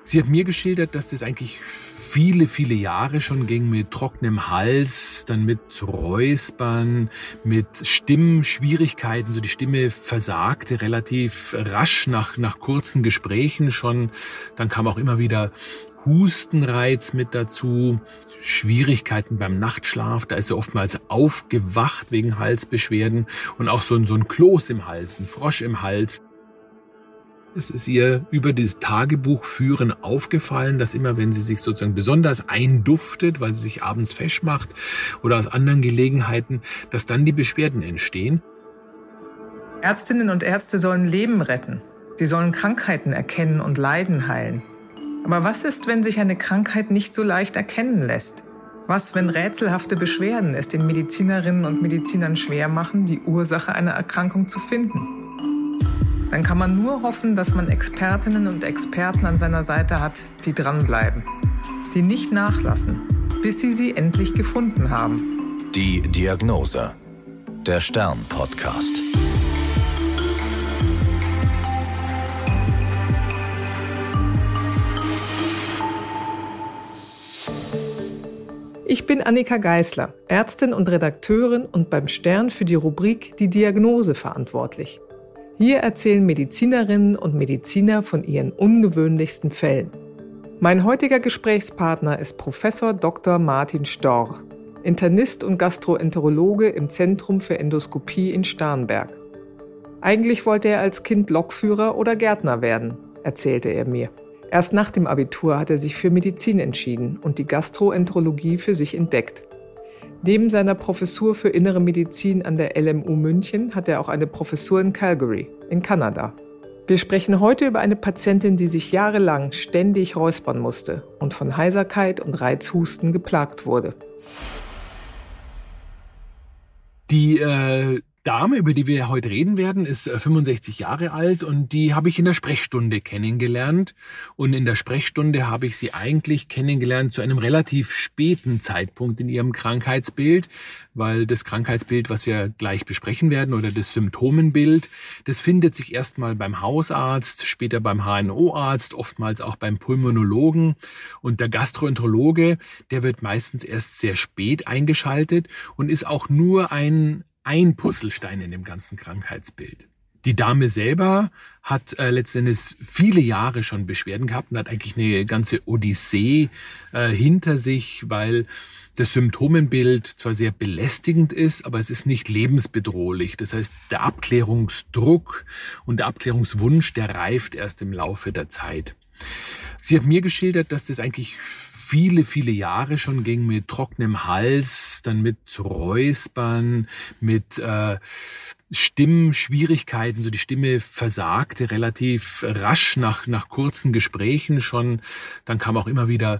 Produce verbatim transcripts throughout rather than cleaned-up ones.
Sie hat mir geschildert, dass das eigentlich viele, viele Jahre schon ging mit trockenem Hals, dann mit Räuspern, mit Stimmschwierigkeiten. So die Stimme versagte relativ rasch nach, nach kurzen Gesprächen schon. Dann kam auch immer wieder Hustenreiz mit dazu, Schwierigkeiten beim Nachtschlaf. Da ist sie oftmals aufgewacht wegen Halsbeschwerden und auch so ein, so ein Kloß im Hals, ein Frosch im Hals. Es ist ihr über das Tagebuchführen aufgefallen, dass immer, wenn sie sich sozusagen besonders einduftet, weil sie sich abends fesch macht oder aus anderen Gelegenheiten, dass dann die Beschwerden entstehen. Ärztinnen und Ärzte sollen Leben retten. Sie sollen Krankheiten erkennen und Leiden heilen. Aber was ist, wenn sich eine Krankheit nicht so leicht erkennen lässt? Was, wenn rätselhafte Beschwerden es den Medizinerinnen und Medizinern schwer machen, die Ursache einer Erkrankung zu finden? Dann kann man nur hoffen, dass man Expertinnen und Experten an seiner Seite hat, die dranbleiben, die nicht nachlassen, bis sie sie endlich gefunden haben. Die Diagnose. Der Stern-Podcast. Ich bin Annika Geisler, Ärztin und Redakteurin und beim Stern für die Rubrik Die Diagnose verantwortlich. Hier erzählen Medizinerinnen und Mediziner von ihren ungewöhnlichsten Fällen. Mein heutiger Gesprächspartner ist Professor Doktor Martin Storr, Internist und Gastroenterologe im Zentrum für Endoskopie in Starnberg. Eigentlich wollte er als Kind Lokführer oder Gärtner werden, erzählte er mir. Erst nach dem Abitur hat er sich für Medizin entschieden und die Gastroenterologie für sich entdeckt. Neben seiner Professur für Innere Medizin an der L M U München hat er auch eine Professur in Calgary, in Kanada. Wir sprechen heute über eine Patientin, die sich jahrelang ständig räuspern musste und von Heiserkeit und Reizhusten geplagt wurde. Die äh, Dame, über die wir heute reden werden, ist fünfundsechzig Jahre alt und die habe ich in der Sprechstunde kennengelernt. Und in der Sprechstunde habe ich sie eigentlich kennengelernt zu einem relativ späten Zeitpunkt in ihrem Krankheitsbild, weil das Krankheitsbild, was wir gleich besprechen werden, oder das Symptomenbild, das findet sich erstmal beim Hausarzt, später beim H N O-Arzt, oftmals auch beim Pulmonologen. Und der Gastroenterologe, der wird meistens erst sehr spät eingeschaltet und ist auch nur ein ein Puzzlestein in dem ganzen Krankheitsbild. Die Dame selber hat äh, letztendlich viele Jahre schon Beschwerden gehabt und hat eigentlich eine ganze Odyssee äh, hinter sich, weil das Symptomenbild zwar sehr belästigend ist, aber es ist nicht lebensbedrohlich. Das heißt, der Abklärungsdruck und der Abklärungswunsch, der reift erst im Laufe der Zeit. Sie hat mir geschildert, dass das eigentlich viele, viele Jahre schon ging mit trockenem Hals, dann mit Räuspern, mit äh, Stimmschwierigkeiten. So die Stimme versagte relativ rasch nach, nach kurzen Gesprächen schon. Dann kam auch immer wieder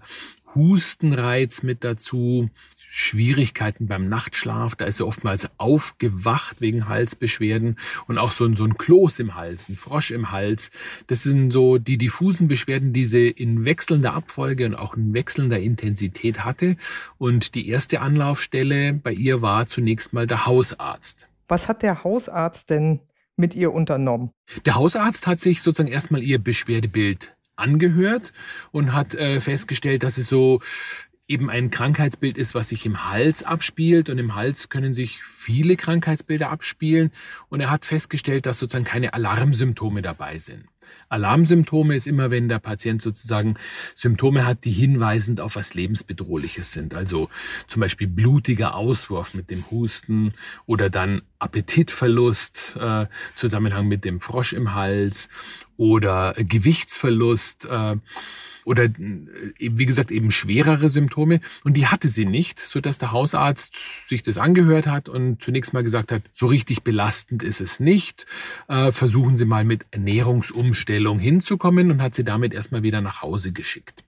Hustenreiz mit dazu, Schwierigkeiten beim Nachtschlaf. Da ist sie oftmals aufgewacht wegen Halsbeschwerden und auch so ein, so ein Kloß im Hals, ein Frosch im Hals. Das sind so die diffusen Beschwerden, die sie in wechselnder Abfolge und auch in wechselnder Intensität hatte. Und die erste Anlaufstelle bei ihr war zunächst mal der Hausarzt. Was hat der Hausarzt denn mit ihr unternommen? Der Hausarzt hat sich sozusagen erstmal ihr Beschwerdebild angehört und hat äh, festgestellt, dass es so eben ein Krankheitsbild ist, was sich im Hals abspielt. Und im Hals können sich viele Krankheitsbilder abspielen. Und er hat festgestellt, dass sozusagen keine Alarmsymptome dabei sind. Alarmsymptome ist immer, wenn der Patient sozusagen Symptome hat, die hinweisend auf was Lebensbedrohliches sind. Also zum Beispiel blutiger Auswurf mit dem Husten oder dann Appetitverlust, äh, Zusammenhang mit dem Frosch im Hals oder Gewichtsverlust, äh, oder wie gesagt eben schwerere Symptome. Und die hatte sie nicht, sodass der Hausarzt sich das angehört hat und zunächst mal gesagt hat, so richtig belastend ist es nicht. Äh, versuchen Sie mal mit Ernährungsumstellung hinzukommen und hat sie damit erstmal wieder nach Hause geschickt.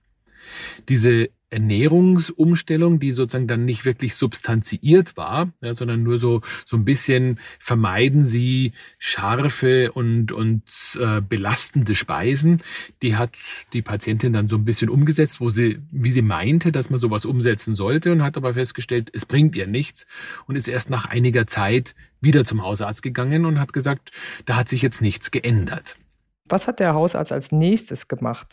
Diese Ernährungsumstellung, die sozusagen dann nicht wirklich substanziiert war, ja, sondern nur so so ein bisschen vermeiden Sie scharfe und und äh, belastende Speisen. Die hat die Patientin dann so ein bisschen umgesetzt, wo sie, wie sie meinte, dass man sowas umsetzen sollte, und hat aber festgestellt, es bringt ihr nichts, und ist erst nach einiger Zeit wieder zum Hausarzt gegangen und hat gesagt, da hat sich jetzt nichts geändert. Was hat der Hausarzt als nächstes gemacht?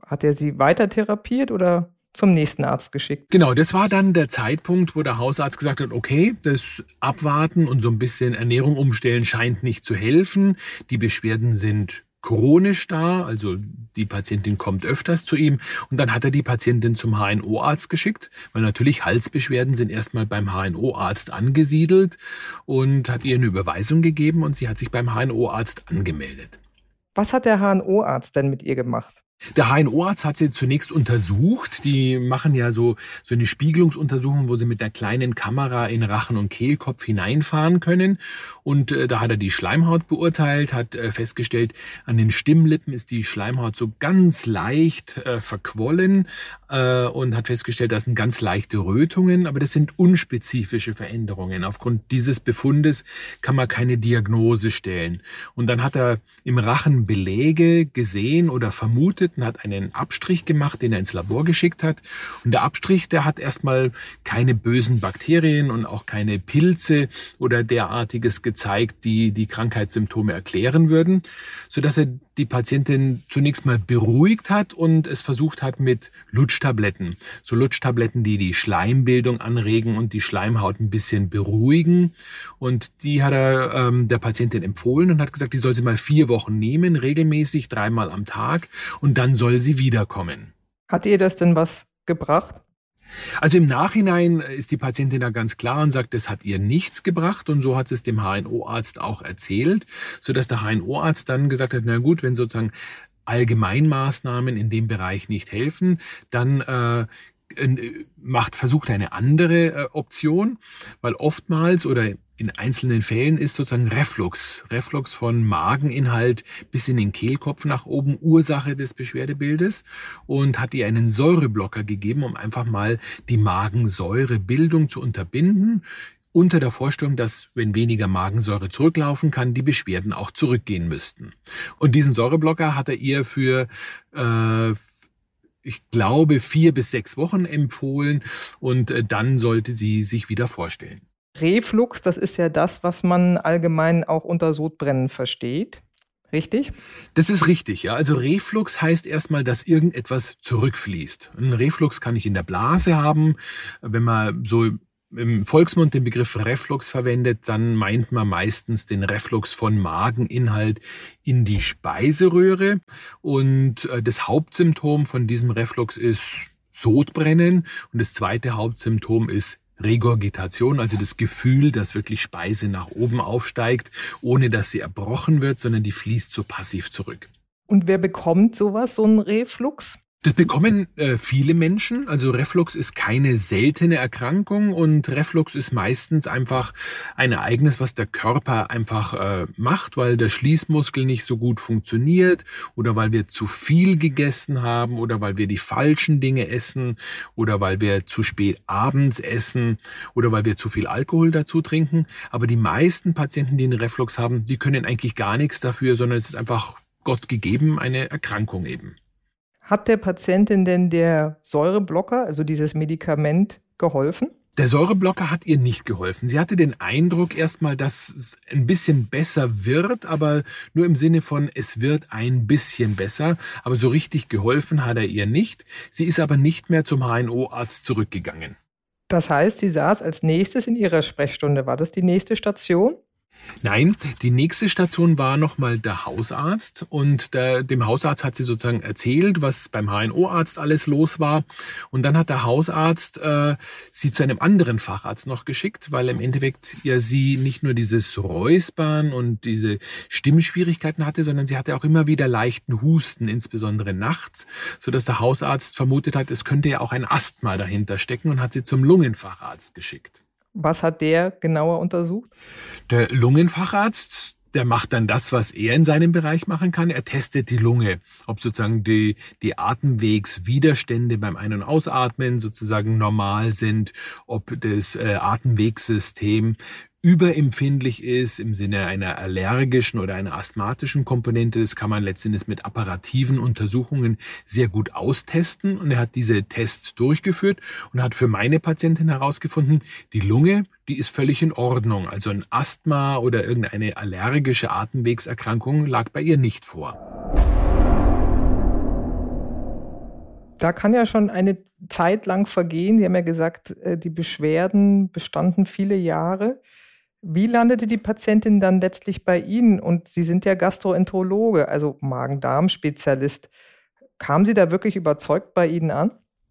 Hat er sie weiter therapiert oder zum nächsten Arzt geschickt? Genau, das war dann der Zeitpunkt, wo der Hausarzt gesagt hat, okay, das Abwarten und so ein bisschen Ernährung umstellen scheint nicht zu helfen. Die Beschwerden sind chronisch da, also die Patientin kommt öfters zu ihm und dann hat er die Patientin zum H N O-Arzt geschickt, weil natürlich Halsbeschwerden sind erstmal beim H N O-Arzt angesiedelt und hat ihr eine Überweisung gegeben und sie hat sich beim H N O-Arzt angemeldet. Was hat der H N O-Arzt denn mit ihr gemacht? Der H N O-Arzt hat sie zunächst untersucht. Die machen ja so, so eine Spiegelungsuntersuchung, wo sie mit einer kleinen Kamera in Rachen und Kehlkopf hineinfahren können. Und äh, da hat er die Schleimhaut beurteilt, hat äh, festgestellt, an den Stimmlippen ist die Schleimhaut so ganz leicht äh, verquollen äh, und hat festgestellt, das sind ganz leichte Rötungen, aber das sind unspezifische Veränderungen. Aufgrund dieses Befundes kann man keine Diagnose stellen. Und dann hat er im Rachen Beläge gesehen oder vermutet, und hat einen Abstrich gemacht, den er ins Labor geschickt hat. Und der Abstrich, der hat erstmal keine bösen Bakterien und auch keine Pilze oder derartiges gezeigt, die die Krankheitssymptome erklären würden, sodass er die Patientin zunächst mal beruhigt hat und es versucht hat mit Lutschtabletten. So Lutschtabletten, die die Schleimbildung anregen und die Schleimhaut ein bisschen beruhigen. Und die hat er ähm, der Patientin empfohlen und hat gesagt, die soll sie mal vier Wochen nehmen, regelmäßig, dreimal am Tag. Und dann soll sie wiederkommen. Hat ihr das denn was gebracht? Also im Nachhinein ist die Patientin da ganz klar und sagt, das hat ihr nichts gebracht. Und so hat es dem H N O-Arzt auch erzählt, sodass der H N O-Arzt dann gesagt hat, na gut, wenn sozusagen Allgemeinmaßnahmen in dem Bereich nicht helfen, dann äh, macht, versucht eine andere äh, Option, weil oftmals oder in einzelnen Fällen ist sozusagen Reflux, Reflux von Mageninhalt bis in den Kehlkopf nach oben Ursache des Beschwerdebildes und hat ihr einen Säureblocker gegeben, um einfach mal die Magensäurebildung zu unterbinden, unter der Vorstellung, dass, wenn weniger Magensäure zurücklaufen kann, die Beschwerden auch zurückgehen müssten. Und diesen Säureblocker hat er ihr für äh, ich glaube, vier bis sechs Wochen empfohlen und äh, dann sollte sie sich wieder vorstellen. Reflux, das ist ja das, was man allgemein auch unter Sodbrennen versteht. Richtig? Das ist richtig, ja. Also Reflux heißt erstmal, dass irgendetwas zurückfließt. Ein Reflux kann ich in der Blase haben. Wenn man so im Volksmund den Begriff Reflux verwendet, dann meint man meistens den Reflux von Mageninhalt in die Speiseröhre. Und das Hauptsymptom von diesem Reflux ist Sodbrennen. Und das zweite Hauptsymptom ist Regurgitation, also das Gefühl, dass wirklich Speise nach oben aufsteigt, ohne dass sie erbrochen wird, sondern die fließt so passiv zurück. Und wer bekommt sowas, so einen Reflux? Das bekommen äh, viele Menschen. Also Reflux ist keine seltene Erkrankung und Reflux ist meistens einfach ein Ereignis, was der Körper einfach äh, macht, weil der Schließmuskel nicht so gut funktioniert oder weil wir zu viel gegessen haben oder weil wir die falschen Dinge essen oder weil wir zu spät abends essen oder weil wir zu viel Alkohol dazu trinken. Aber die meisten Patienten, die einen Reflux haben, die können eigentlich gar nichts dafür, sondern es ist einfach Gott gegeben, eine Erkrankung eben. Hat der Patientin denn der Säureblocker, also dieses Medikament, geholfen? Der Säureblocker hat ihr nicht geholfen. Sie hatte den Eindruck erstmal, dass es ein bisschen besser wird, aber nur im Sinne von, es wird ein bisschen besser. Aber so richtig geholfen hat er ihr nicht. Sie ist aber nicht mehr zum H N O-Arzt zurückgegangen. Das heißt, sie saß als nächstes in ihrer Sprechstunde. War das die nächste Station? Nein, die nächste Station war nochmal der Hausarzt und der, dem Hausarzt hat sie sozusagen erzählt, was beim H N O-Arzt alles los war und dann hat der Hausarzt äh, sie zu einem anderen Facharzt noch geschickt, weil im Endeffekt ja sie nicht nur dieses Räuspern und diese Stimmschwierigkeiten hatte, sondern sie hatte auch immer wieder leichten Husten, insbesondere nachts, sodass der Hausarzt vermutet hat, es könnte ja auch ein Asthma dahinter stecken und hat sie zum Lungenfacharzt geschickt. Was hat der genauer untersucht? Der Lungenfacharzt, der macht dann das, was er in seinem Bereich machen kann. Er testet die Lunge, ob sozusagen die, die Atemwegswiderstände beim Ein- und Ausatmen sozusagen normal sind, ob das äh, Atemwegssystem überempfindlich ist im Sinne einer allergischen oder einer asthmatischen Komponente. Das kann man letztendlich mit apparativen Untersuchungen sehr gut austesten. Und er hat diese Tests durchgeführt und hat für meine Patientin herausgefunden, die Lunge, die ist völlig in Ordnung. Also ein Asthma oder irgendeine allergische Atemwegserkrankung lag bei ihr nicht vor. Da kann ja schon eine Zeit lang vergehen. Sie haben ja gesagt, die Beschwerden bestanden viele Jahre. Wie landete die Patientin dann letztlich bei Ihnen? Und Sie sind ja Gastroenterologe, also Magen-Darm-Spezialist. Kam sie da wirklich überzeugt bei Ihnen an?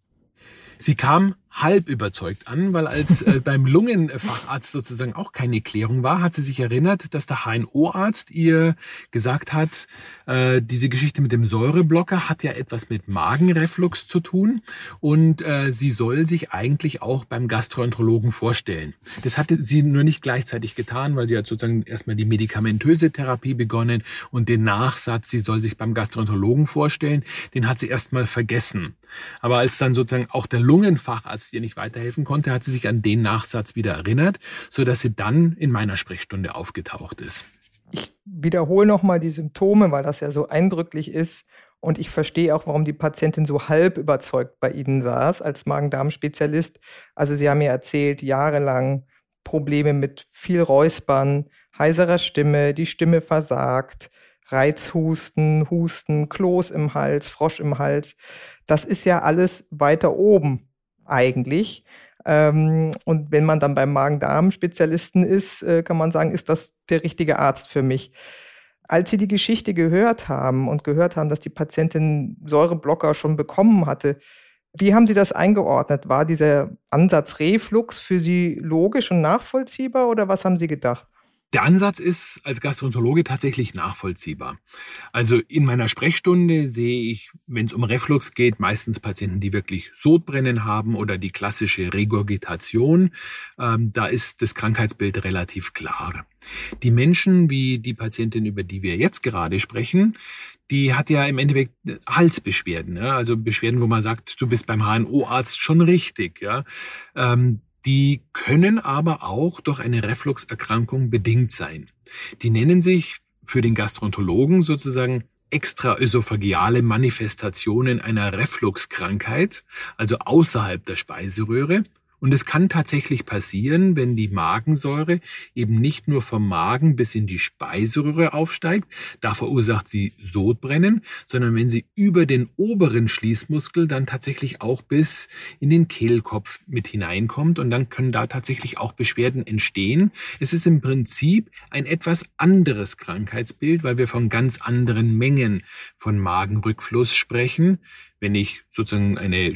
Sie kam halb überzeugt an, weil als äh, beim Lungenfacharzt sozusagen auch keine Klärung war, hat sie sich erinnert, dass der H N O-Arzt ihr gesagt hat, äh, diese Geschichte mit dem Säureblocker hat ja etwas mit Magenreflux zu tun und äh, sie soll sich eigentlich auch beim Gastroenterologen vorstellen. Das hatte sie nur nicht gleichzeitig getan, weil sie hat sozusagen erstmal die medikamentöse Therapie begonnen und den Nachsatz, sie soll sich beim Gastroenterologen vorstellen, den hat sie erstmal vergessen. Aber als dann sozusagen auch der Lungenfacharzt ihr nicht weiterhelfen konnte, hat sie sich an den Nachsatz wieder erinnert, sodass sie dann in meiner Sprechstunde aufgetaucht ist. Ich wiederhole nochmal die Symptome, weil das ja so eindrücklich ist. Und ich verstehe auch, warum die Patientin so halb überzeugt bei Ihnen saß als Magen-Darm-Spezialist. Also Sie haben mir erzählt, jahrelang Probleme mit viel Räuspern, heiserer Stimme, die Stimme versagt, Reizhusten, Husten, Kloß im Hals, Frosch im Hals. Das ist ja alles weiter oben eigentlich. Ähm, und wenn man dann beim Magen-Darm-Spezialisten ist, äh, kann man sagen, ist das der richtige Arzt für mich. Als Sie die Geschichte gehört haben und gehört haben, dass die Patientin Säureblocker schon bekommen hatte, wie haben Sie das eingeordnet? War dieser Ansatz Reflux für Sie logisch und nachvollziehbar oder was haben Sie gedacht? Der Ansatz ist als Gastroenterologe tatsächlich nachvollziehbar. Also in meiner Sprechstunde sehe ich, wenn es um Reflux geht, meistens Patienten, die wirklich Sodbrennen haben oder die klassische Regurgitation. Ähm, da ist das Krankheitsbild relativ klar. Die Menschen, wie die Patientin, über die wir jetzt gerade sprechen, die hat ja im Endeffekt Halsbeschwerden. Ja? Also Beschwerden, wo man sagt, du bist beim H N O-Arzt schon richtig. Ja? Ähm, Die können aber auch durch eine Refluxerkrankung bedingt sein. Die nennen sich für den Gastroenterologen sozusagen extraösophageale Manifestationen einer Refluxkrankheit, also außerhalb der Speiseröhre. Und es kann tatsächlich passieren, wenn die Magensäure eben nicht nur vom Magen bis in die Speiseröhre aufsteigt, da verursacht sie Sodbrennen, sondern wenn sie über den oberen Schließmuskel dann tatsächlich auch bis in den Kehlkopf mit hineinkommt und dann können da tatsächlich auch Beschwerden entstehen. Es ist im Prinzip ein etwas anderes Krankheitsbild, weil wir von ganz anderen Mengen von Magenrückfluss sprechen. Wenn ich sozusagen eine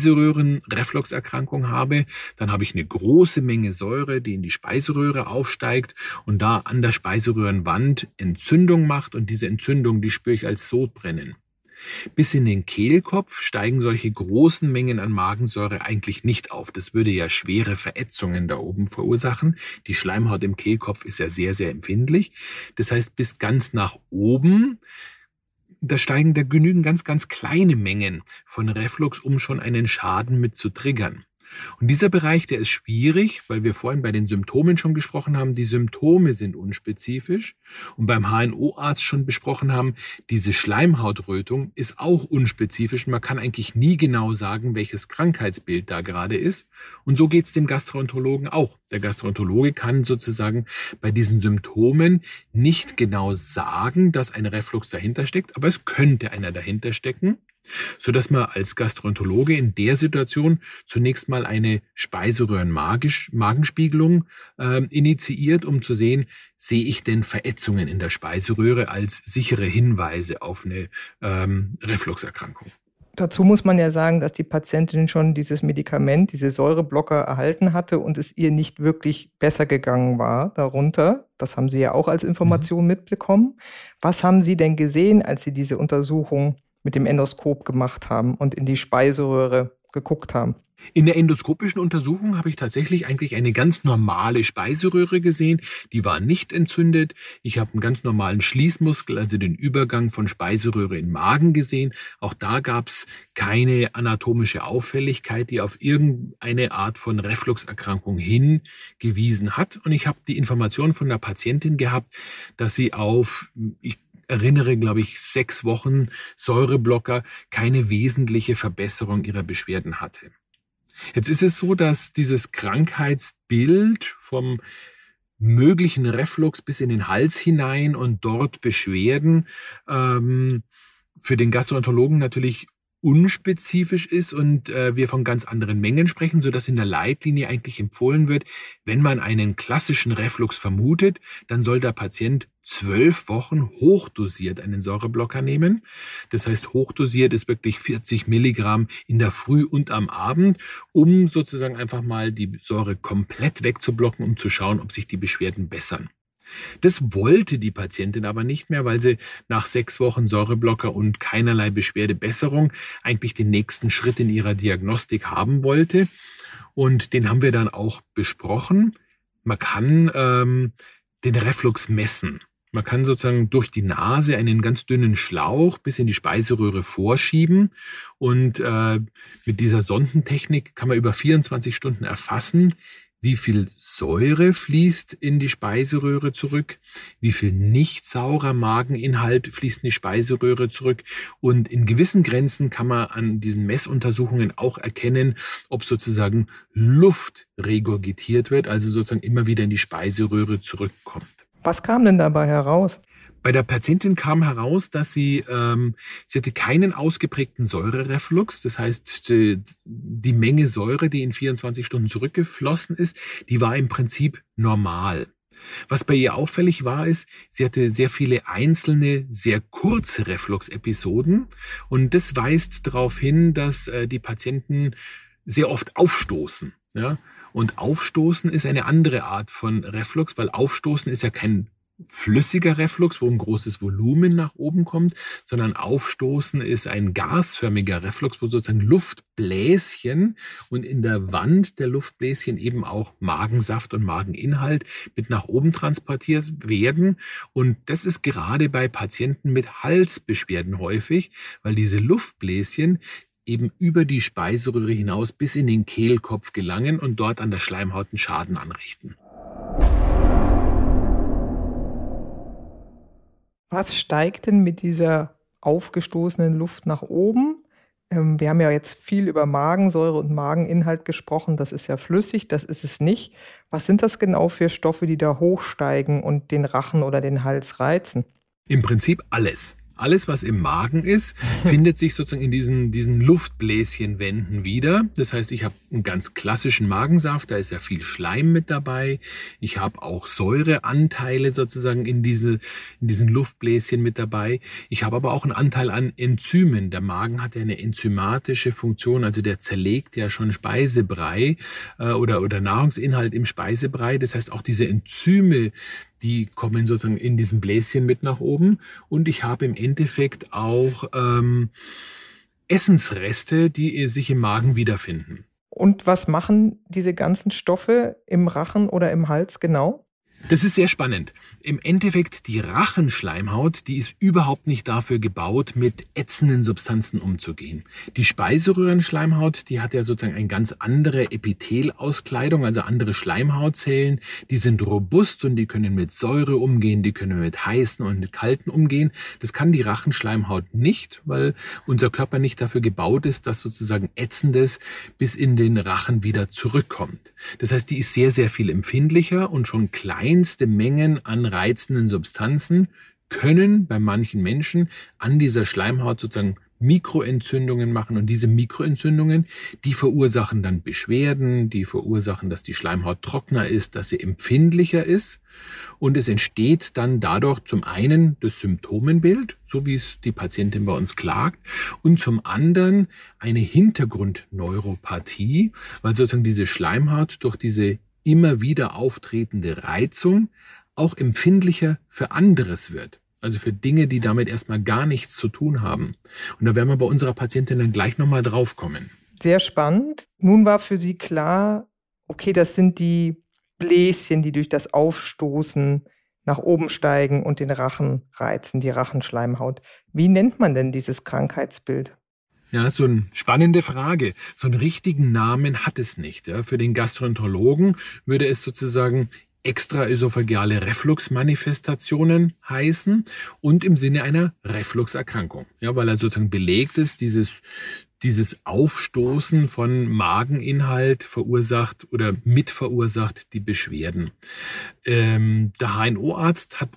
Speiseröhrenrefluxerkrankung habe, dann habe ich eine große Menge Säure, die in die Speiseröhre aufsteigt und da an der Speiseröhrenwand Entzündung macht und diese Entzündung, die spüre ich als Sodbrennen. Bis in den Kehlkopf steigen solche großen Mengen an Magensäure eigentlich nicht auf. Das würde ja schwere Verätzungen da oben verursachen. Die Schleimhaut im Kehlkopf ist ja sehr, sehr empfindlich. Das heißt, bis ganz nach oben Da steigen, da genügen ganz, ganz kleine Mengen von Reflux, um schon einen Schaden mit zu triggern. Und dieser Bereich, der ist schwierig, weil wir vorhin bei den Symptomen schon gesprochen haben, die Symptome sind unspezifisch. Und beim H N O-Arzt schon besprochen haben, diese Schleimhautrötung ist auch unspezifisch. Man kann eigentlich nie genau sagen, welches Krankheitsbild da gerade ist. Und so geht es dem Gastroenterologen auch. Der Gastroenterologe kann sozusagen bei diesen Symptomen nicht genau sagen, dass ein Reflux dahinter steckt, aber es könnte einer dahinter stecken, sodass man als Gastroenterologe in der Situation zunächst mal eine Speiseröhren-Magenspiegelung äh, initiiert, um zu sehen, sehe ich denn Verätzungen in der Speiseröhre als sichere Hinweise auf eine ähm, Refluxerkrankung. Dazu muss man ja sagen, dass die Patientin schon dieses Medikament, diese Säureblocker erhalten hatte und es ihr nicht wirklich besser gegangen war darunter. Das haben Sie ja auch als Information mhm. mitbekommen. Was haben Sie denn gesehen, als Sie diese Untersuchung mit dem Endoskop gemacht haben und in die Speiseröhre geguckt haben? In der endoskopischen Untersuchung habe ich tatsächlich eigentlich eine ganz normale Speiseröhre gesehen. Die war nicht entzündet. Ich habe einen ganz normalen Schließmuskel, also den Übergang von Speiseröhre in Magen gesehen. Auch da gab es keine anatomische Auffälligkeit, die auf irgendeine Art von Refluxerkrankung hingewiesen hat. Und ich habe die Information von der Patientin gehabt, dass sie auf, ich erinnere, glaube ich, sechs Wochen Säureblocker keine wesentliche Verbesserung ihrer Beschwerden hatte. Jetzt ist es so, dass dieses Krankheitsbild vom möglichen Reflux bis in den Hals hinein und dort Beschwerden ähm, für den Gastroenterologen natürlich unspezifisch ist und äh, wir von ganz anderen Mengen sprechen, sodass in der Leitlinie eigentlich empfohlen wird, wenn man einen klassischen Reflux vermutet, dann soll der Patient zwölf Wochen hochdosiert einen Säureblocker nehmen. Das heißt, hochdosiert ist wirklich vierzig Milligramm in der Früh und am Abend, um sozusagen einfach mal die Säure komplett wegzublocken, um zu schauen, ob sich die Beschwerden bessern. Das wollte die Patientin aber nicht mehr, weil sie nach sechs Wochen Säureblocker und keinerlei Beschwerdebesserung eigentlich den nächsten Schritt in ihrer Diagnostik haben wollte. Und den haben wir dann auch besprochen. Man kann ähm, den Reflux messen. Man kann sozusagen durch die Nase einen ganz dünnen Schlauch bis in die Speiseröhre vorschieben. Und äh, mit dieser Sondentechnik kann man über vierundzwanzig Stunden erfassen, wie viel Säure fließt in die Speiseröhre zurück, wie viel nicht saurer Mageninhalt fließt in die Speiseröhre zurück. Und in gewissen Grenzen kann man an diesen Messuntersuchungen auch erkennen, ob sozusagen Luft regurgitiert wird, also sozusagen immer wieder in die Speiseröhre zurückkommt. Was kam denn dabei heraus? Bei der Patientin kam heraus, dass sie, ähm, sie hatte keinen ausgeprägten Säurereflux. Das heißt, die, die Menge Säure, die in vierundzwanzig Stunden zurückgeflossen ist, die war im Prinzip normal. Was bei ihr auffällig war, ist, sie hatte sehr viele einzelne, sehr kurze Refluxepisoden. Und das weist darauf hin, dass äh, die Patienten sehr oft aufstoßen. Ja? Und Aufstoßen ist eine andere Art von Reflux, weil Aufstoßen ist ja kein flüssiger Reflux, wo ein großes Volumen nach oben kommt, sondern Aufstoßen ist ein gasförmiger Reflux, wo sozusagen Luftbläschen und in der Wand der Luftbläschen eben auch Magensaft und Mageninhalt mit nach oben transportiert werden. Und das ist gerade bei Patienten mit Halsbeschwerden häufig, weil diese Luftbläschen eben über die Speiseröhre hinaus bis in den Kehlkopf gelangen und dort an der Schleimhaut einen Schaden anrichten. Was steigt denn mit dieser aufgestoßenen Luft nach oben? Ähm, wir haben ja jetzt viel über Magensäure und Mageninhalt gesprochen. Das ist ja flüssig, das ist es nicht. Was sind das genau für Stoffe, die da hochsteigen und den Rachen oder den Hals reizen? Im Prinzip alles. Alles, was im Magen ist, findet sich sozusagen in diesen, diesen Luftbläschenwänden wieder. Das heißt, ich habe einen ganz klassischen Magensaft, da ist ja viel Schleim mit dabei. Ich habe auch Säureanteile sozusagen in, diese, in diesen Luftbläschen mit dabei. Ich habe aber auch einen Anteil an Enzymen. Der Magen hat ja eine enzymatische Funktion, also der zerlegt ja schon Speisebrei äh, oder, oder Nahrungsinhalt im Speisebrei. Das heißt, auch diese Enzyme, die kommen sozusagen in diesen Bläschen mit nach oben. Und ich habe im Endeffekt auch ähm, Essensreste, die sich im Magen wiederfinden. Und was machen diese ganzen Stoffe im Rachen oder im Hals genau? Das ist sehr spannend. Im Endeffekt, die Rachenschleimhaut, die ist überhaupt nicht dafür gebaut, mit ätzenden Substanzen umzugehen. Die Speiseröhrenschleimhaut, die hat ja sozusagen eine ganz andere Epithelauskleidung, also andere Schleimhautzellen. Die sind robust und die können mit Säure umgehen, die können mit heißen und mit kalten umgehen. Das kann die Rachenschleimhaut nicht, weil unser Körper nicht dafür gebaut ist, dass sozusagen Ätzendes bis in den Rachen wieder zurückkommt. Das heißt, die ist sehr, sehr viel empfindlicher und schon klein. Kleinste Mengen an reizenden Substanzen können bei manchen Menschen an dieser Schleimhaut sozusagen Mikroentzündungen machen. Und diese Mikroentzündungen, die verursachen dann Beschwerden, die verursachen, dass die Schleimhaut trockener ist, dass sie empfindlicher ist. Und es entsteht dann dadurch zum einen das Symptomenbild, so wie es die Patientin bei uns klagt, und zum anderen eine Hintergrundneuropathie, weil sozusagen diese Schleimhaut durch diese immer wieder auftretende Reizung auch empfindlicher für anderes wird. Also für Dinge, die damit erstmal gar nichts zu tun haben. Und da werden wir bei unserer Patientin dann gleich nochmal drauf kommen. Sehr spannend. Nun war für Sie klar, okay, das sind die Bläschen, die durch das Aufstoßen nach oben steigen und den Rachen reizen, die Rachenschleimhaut. Wie nennt man denn dieses Krankheitsbild? Ja, so eine spannende Frage. So einen richtigen Namen hat es nicht. Ja. Für den Gastroenterologen würde es sozusagen extraösophageale Refluxmanifestationen heißen und im Sinne einer Refluxerkrankung. Ja, weil er sozusagen belegt ist, dieses, dieses Aufstoßen von Mageninhalt verursacht oder mitverursacht die Beschwerden. Ähm, der H N O-Arzt hat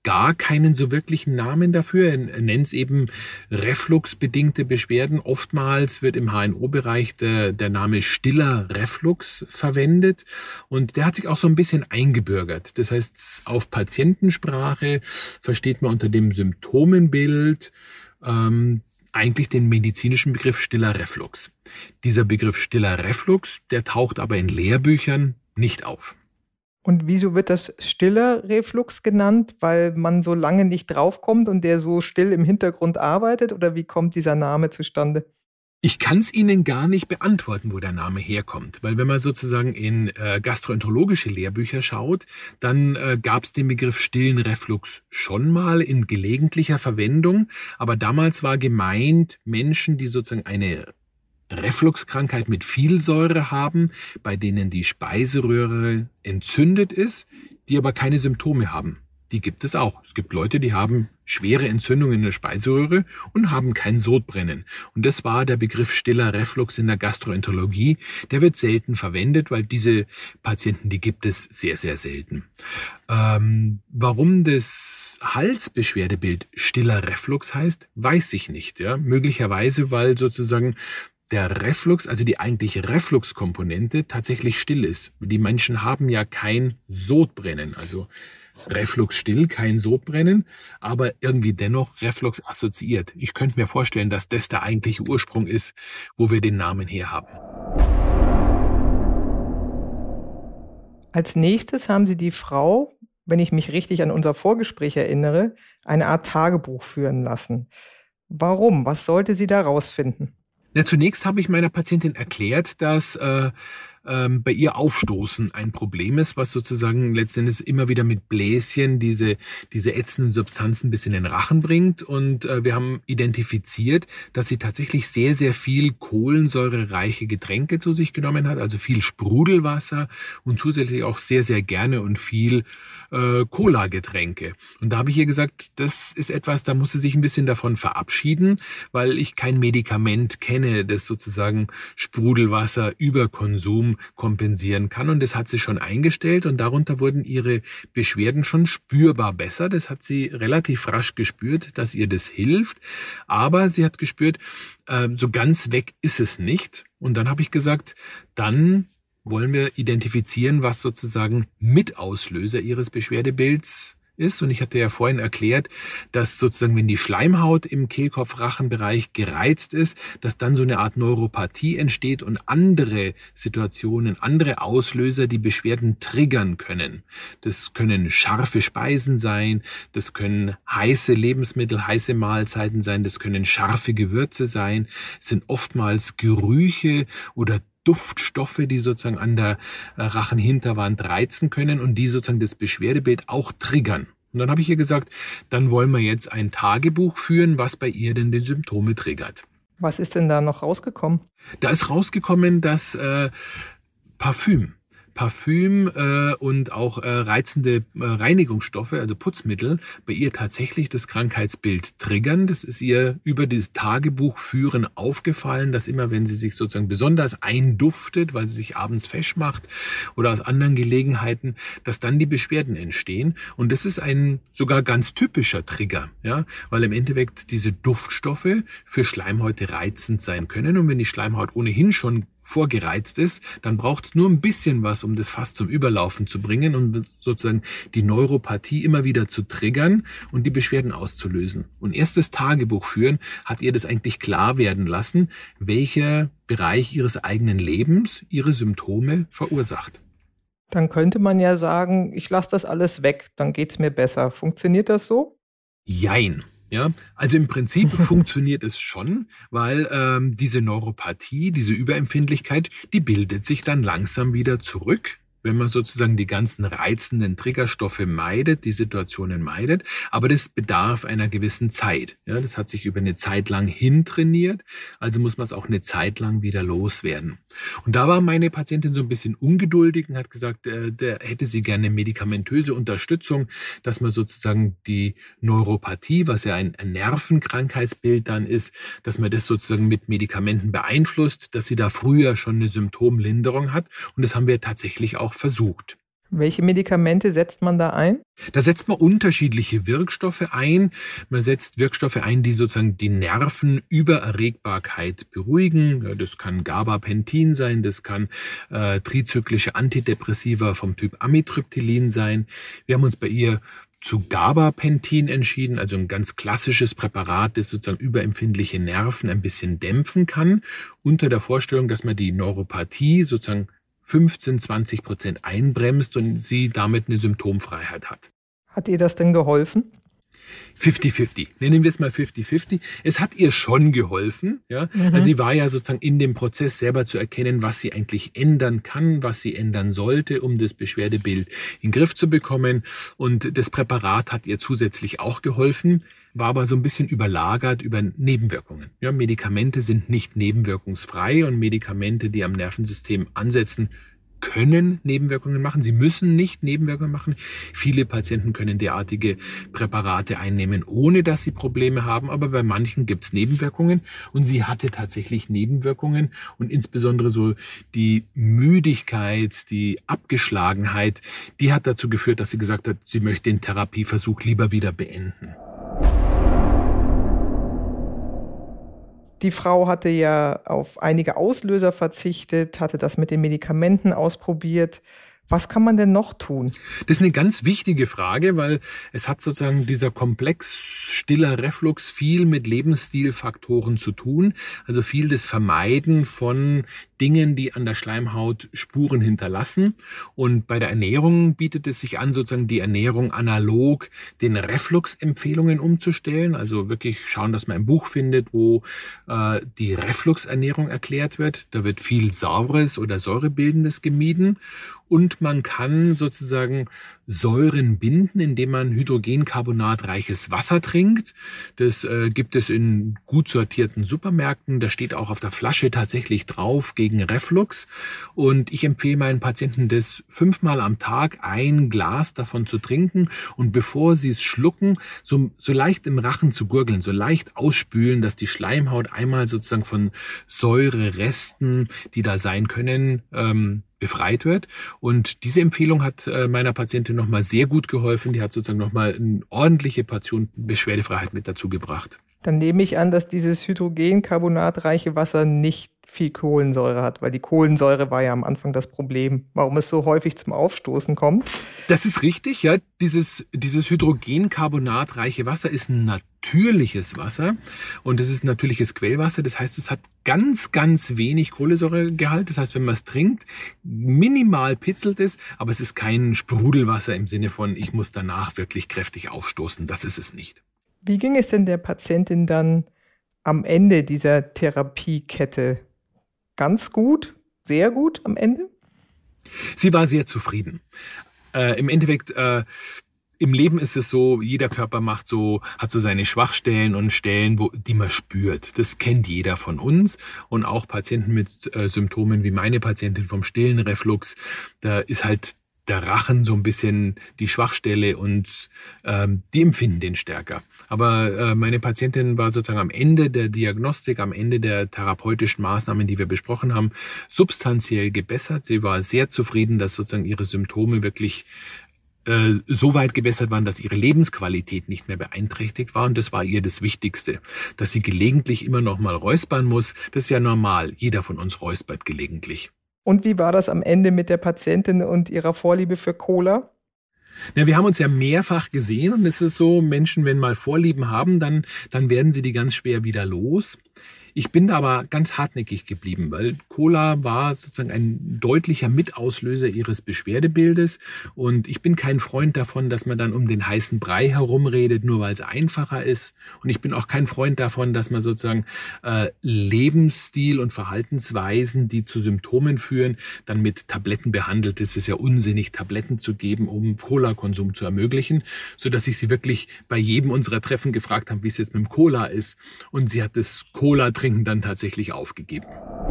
gar keinen so wirklichen Namen dafür. Er nennt es eben refluxbedingte Beschwerden. Oftmals wird im H N O-Bereich der, der Name stiller Reflux verwendet und der hat sich auch so ein bisschen eingebürgert. Das heißt, auf Patientensprache versteht man unter dem Symptomenbild ähm, eigentlich den medizinischen Begriff stiller Reflux. Dieser Begriff stiller Reflux, der taucht aber in Lehrbüchern nicht auf. Und wieso wird das stiller Reflux genannt? Weil man so lange nicht draufkommt und der so still im Hintergrund arbeitet? Oder wie kommt dieser Name zustande? Ich kann es Ihnen gar nicht beantworten, wo der Name herkommt. Weil wenn man sozusagen in äh, gastroenterologische Lehrbücher schaut, dann äh, gab es den Begriff stillen Reflux schon mal in gelegentlicher Verwendung. Aber damals war gemeint Menschen, die sozusagen eine Refluxkrankheit mit viel Säure haben, bei denen die Speiseröhre entzündet ist, die aber keine Symptome haben. Die gibt es auch. Es gibt Leute, die haben schwere Entzündungen in der Speiseröhre und haben kein Sodbrennen. Und das war der Begriff stiller Reflux in der Gastroenterologie. Der wird selten verwendet, weil diese Patienten, die gibt es sehr, sehr selten. Ähm, warum das Halsbeschwerdebild stiller Reflux heißt, weiß ich nicht. Ja? Möglicherweise, weil sozusagen der Reflux, also die eigentliche Refluxkomponente, tatsächlich still ist. Die Menschen haben ja kein Sodbrennen, also Reflux still, kein Sodbrennen, aber irgendwie dennoch Reflux assoziiert. Ich könnte mir vorstellen, dass das der eigentliche Ursprung ist, wo wir den Namen her haben. Als nächstes haben Sie die Frau, wenn ich mich richtig an unser Vorgespräch erinnere, eine Art Tagebuch führen lassen. Warum? Was sollte sie da rausfinden? Ja, zunächst habe ich meiner Patientin erklärt, dass äh, ähm, bei ihr Aufstoßen ein Problem ist, was sozusagen letztendlich immer wieder mit Bläschen diese, diese ätzenden Substanzen bis in den Rachen bringt. Und äh, wir haben identifiziert, dass sie tatsächlich sehr, sehr viel kohlensäurereiche Getränke zu sich genommen hat, also viel Sprudelwasser und zusätzlich auch sehr, sehr gerne und viel äh, Cola-Getränke. Und da habe ich ihr gesagt, das ist etwas, da muss sie sich ein bisschen davon verabschieden, weil ich kein Medikament kenne, das sozusagen Sprudelwasser über Konsum kompensieren kann. Und das hat sie schon eingestellt und darunter wurden ihre Beschwerden schon spürbar besser. Das hat sie relativ rasch gespürt, dass ihr das hilft. Aber sie hat gespürt, äh, so ganz weg ist es nicht. Und dann habe ich gesagt, dann wollen wir identifizieren, was sozusagen Mitauslöser ihres Beschwerdebilds ist. Und ich hatte ja vorhin erklärt, dass sozusagen, wenn die Schleimhaut im Kehlkopf-Rachenbereich gereizt ist, dass dann so eine Art Neuropathie entsteht und andere Situationen, andere Auslöser die Beschwerden triggern können. Das können scharfe Speisen sein, das können heiße Lebensmittel, heiße Mahlzeiten sein, das können scharfe Gewürze sein, es sind oftmals Gerüche oder Duftstoffe, die sozusagen an der Rachenhinterwand reizen können und die sozusagen das Beschwerdebild auch triggern. Und dann habe ich ihr gesagt, dann wollen wir jetzt ein Tagebuch führen, was bei ihr denn die Symptome triggert. Was ist denn da noch rausgekommen? Da ist rausgekommen, dass äh, Parfüm, Parfüm äh, und auch äh, reizende äh, Reinigungsstoffe, also Putzmittel, bei ihr tatsächlich das Krankheitsbild triggern. Das ist ihr über das Tagebuchführen aufgefallen, dass immer, wenn sie sich sozusagen besonders einduftet, weil sie sich abends fesch macht oder aus anderen Gelegenheiten, dass dann die Beschwerden entstehen. Und das ist ein sogar ganz typischer Trigger, ja, weil im Endeffekt diese Duftstoffe für Schleimhäute reizend sein können. Und wenn die Schleimhaut ohnehin schon vorgereizt ist, dann braucht es nur ein bisschen was, um das Fass zum Überlaufen zu bringen und sozusagen die Neuropathie immer wieder zu triggern und die Beschwerden auszulösen. Und erst das Tagebuch führen hat ihr das eigentlich klar werden lassen, welcher Bereich ihres eigenen Lebens ihre Symptome verursacht. Dann könnte man ja sagen, ich lasse das alles weg, dann geht's mir besser. Funktioniert das so? Jein. Ja, also im Prinzip funktioniert es schon, weil ähm, diese Neuropathie, diese Überempfindlichkeit, die bildet sich dann langsam wieder zurück, wenn man sozusagen die ganzen reizenden Triggerstoffe meidet, die Situationen meidet. Aber das bedarf einer gewissen Zeit. Ja, das hat sich über eine Zeit lang hintrainiert, also muss man es auch eine Zeit lang wieder loswerden. Und da war meine Patientin so ein bisschen ungeduldig und hat gesagt, äh, der hätte sie gerne medikamentöse Unterstützung, dass man sozusagen die Neuropathie, was ja ein, ein Nervenkrankheitsbild dann ist, dass man das sozusagen mit Medikamenten beeinflusst, dass sie da früher schon eine Symptomlinderung hat. Und das haben wir tatsächlich auch versucht. Welche Medikamente setzt man da ein? Da setzt man unterschiedliche Wirkstoffe ein. Man setzt Wirkstoffe ein, die sozusagen die Nervenübererregbarkeit beruhigen. Ja, das kann Gabapentin sein, das kann äh, trizyklische Antidepressiva vom Typ Amitriptylin sein. Wir haben uns bei ihr zu Gabapentin entschieden, also ein ganz klassisches Präparat, das sozusagen überempfindliche Nerven ein bisschen dämpfen kann, unter der Vorstellung, dass man die Neuropathie sozusagen fünfzehn, zwanzig Prozent einbremst und sie damit eine Symptomfreiheit hat. Hat ihr das denn geholfen? fünfzig fünfzig. Nennen wir es mal fünfzig fünfzig. Es hat ihr schon geholfen. Ja? Mhm. Also sie war ja sozusagen in dem Prozess selber zu erkennen, was sie eigentlich ändern kann, was sie ändern sollte, um das Beschwerdebild in den Griff zu bekommen. Und das Präparat hat ihr zusätzlich auch geholfen, war aber so ein bisschen überlagert über Nebenwirkungen. Ja, Medikamente sind nicht nebenwirkungsfrei und Medikamente, die am Nervensystem ansetzen, können Nebenwirkungen machen. Sie müssen nicht Nebenwirkungen machen. Viele Patienten können derartige Präparate einnehmen, ohne dass sie Probleme haben. Aber bei manchen gibt es Nebenwirkungen. Und sie hatte tatsächlich Nebenwirkungen. Und insbesondere so die Müdigkeit, die Abgeschlagenheit, die hat dazu geführt, dass sie gesagt hat, sie möchte den Therapieversuch lieber wieder beenden. Die Frau hatte ja auf einige Auslöser verzichtet, hatte das mit den Medikamenten ausprobiert. Was kann man denn noch tun? Das ist eine ganz wichtige Frage, weil es hat sozusagen dieser Komplex stiller Reflux viel mit Lebensstilfaktoren zu tun. Also viel das Vermeiden von Dingen, die an der Schleimhaut Spuren hinterlassen. Und bei der Ernährung bietet es sich an, sozusagen die Ernährung analog den Refluxempfehlungen umzustellen. Also wirklich schauen, dass man ein Buch findet, wo äh, die Refluxernährung erklärt wird. Da wird viel Saures oder Säurebildendes gemieden. Und man kann sozusagen Säuren binden, indem man hydrogencarbonatreiches Wasser trinkt. Das äh, gibt es in gut sortierten Supermärkten. Da steht auch auf der Flasche tatsächlich drauf gegen Reflux. Und ich empfehle meinen Patienten, das fünfmal am Tag ein Glas davon zu trinken und bevor sie es schlucken, so, so leicht im Rachen zu gurgeln, so leicht ausspülen, dass die Schleimhaut einmal sozusagen von Säureresten, die da sein können, ähm, befreit wird. Und diese Empfehlung hat äh, meiner Patientin nochmal sehr gut geholfen. Die hat sozusagen nochmal eine ordentliche Portion Beschwerdefreiheit mit dazu gebracht. Dann nehme ich an, dass dieses hydrogencarbonatreiche Wasser nicht viel Kohlensäure hat, weil die Kohlensäure war ja am Anfang das Problem, warum es so häufig zum Aufstoßen kommt. Das ist richtig, ja. Dieses, dieses hydrogencarbonatreiche Wasser ist ein natürliches Wasser und es ist ein natürliches Quellwasser. Das heißt, es hat ganz, ganz wenig Kohlensäuregehalt. Das heißt, wenn man es trinkt, minimal pitzelt es, aber es ist kein Sprudelwasser im Sinne von, ich muss danach wirklich kräftig aufstoßen. Das ist es nicht. Wie ging es denn der Patientin dann am Ende dieser Therapiekette? Ganz gut, sehr gut am Ende? Sie war sehr zufrieden. Äh, Im Endeffekt, äh, im Leben ist es so, jeder Körper macht so, hat so seine Schwachstellen und Stellen, wo, die man spürt. Das kennt jeder von uns. Und auch Patienten mit äh, Symptomen wie meine Patientin vom stillen Reflux, da ist halt der Rachen so ein bisschen die Schwachstelle und ähm, die empfinden den stärker. Aber äh, meine Patientin war sozusagen am Ende der Diagnostik, am Ende der therapeutischen Maßnahmen, die wir besprochen haben, substanziell gebessert. Sie war sehr zufrieden, dass sozusagen ihre Symptome wirklich äh, so weit gebessert waren, dass ihre Lebensqualität nicht mehr beeinträchtigt war. Und das war ihr das Wichtigste. Dass sie gelegentlich immer noch mal räuspern muss, das ist ja normal. Jeder von uns räuspert gelegentlich. Und wie war das am Ende mit der Patientin und ihrer Vorliebe für Cola? Ja, wir haben uns ja mehrfach gesehen und es ist so, Menschen, wenn mal Vorlieben haben, dann, dann werden sie die ganz schwer wieder los. Ich bin da aber ganz hartnäckig geblieben, weil Cola war sozusagen ein deutlicher Mitauslöser ihres Beschwerdebildes und ich bin kein Freund davon, dass man dann um den heißen Brei herumredet, nur weil es einfacher ist. Und ich bin auch kein Freund davon, dass man sozusagen äh, Lebensstil und Verhaltensweisen, die zu Symptomen führen, dann mit Tabletten behandelt. Es ist ja unsinnig, Tabletten zu geben, um Cola-Konsum zu ermöglichen, sodass ich sie wirklich bei jedem unserer Treffen gefragt habe, wie es jetzt mit dem Cola ist. Und sie hat das Cola-Trinken dann tatsächlich aufgegeben.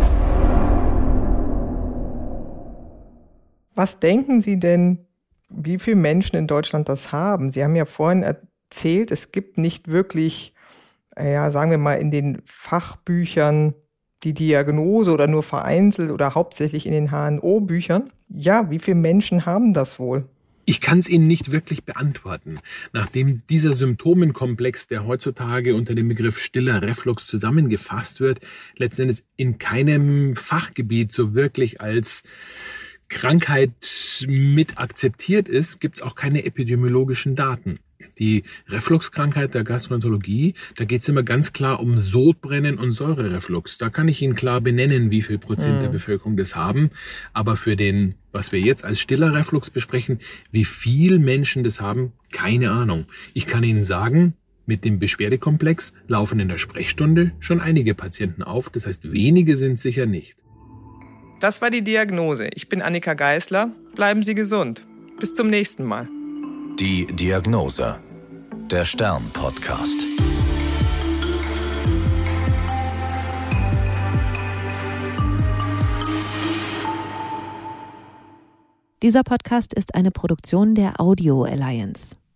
Was denken Sie denn, wie viele Menschen in Deutschland das haben? Sie haben ja vorhin erzählt, es gibt nicht wirklich, ja, sagen wir mal, in den Fachbüchern die Diagnose oder nur vereinzelt oder hauptsächlich in den H N O-Büchern. Ja, wie viele Menschen haben das wohl? Ich kann es Ihnen nicht wirklich beantworten. Nachdem dieser Symptomenkomplex, der heutzutage unter dem Begriff stiller Reflux zusammengefasst wird, letztendlich in keinem Fachgebiet so wirklich als Krankheit mit akzeptiert ist, gibt es auch keine epidemiologischen Daten. Die Refluxkrankheit der Gastroenterologie, da geht es immer ganz klar um Sodbrennen und Säurereflux. Da kann ich Ihnen klar benennen, wie viel Prozent mhm. der Bevölkerung das haben. Aber für den, was wir jetzt als stiller Reflux besprechen, wie viel Menschen das haben, keine Ahnung. Ich kann Ihnen sagen, mit dem Beschwerdekomplex laufen in der Sprechstunde schon einige Patienten auf. Das heißt, wenige sind sicher nicht. Das war die Diagnose. Ich bin Annika Geisler. Bleiben Sie gesund. Bis zum nächsten Mal. Die Diagnose. Der Stern-Podcast. Dieser Podcast ist eine Produktion der Audio Alliance.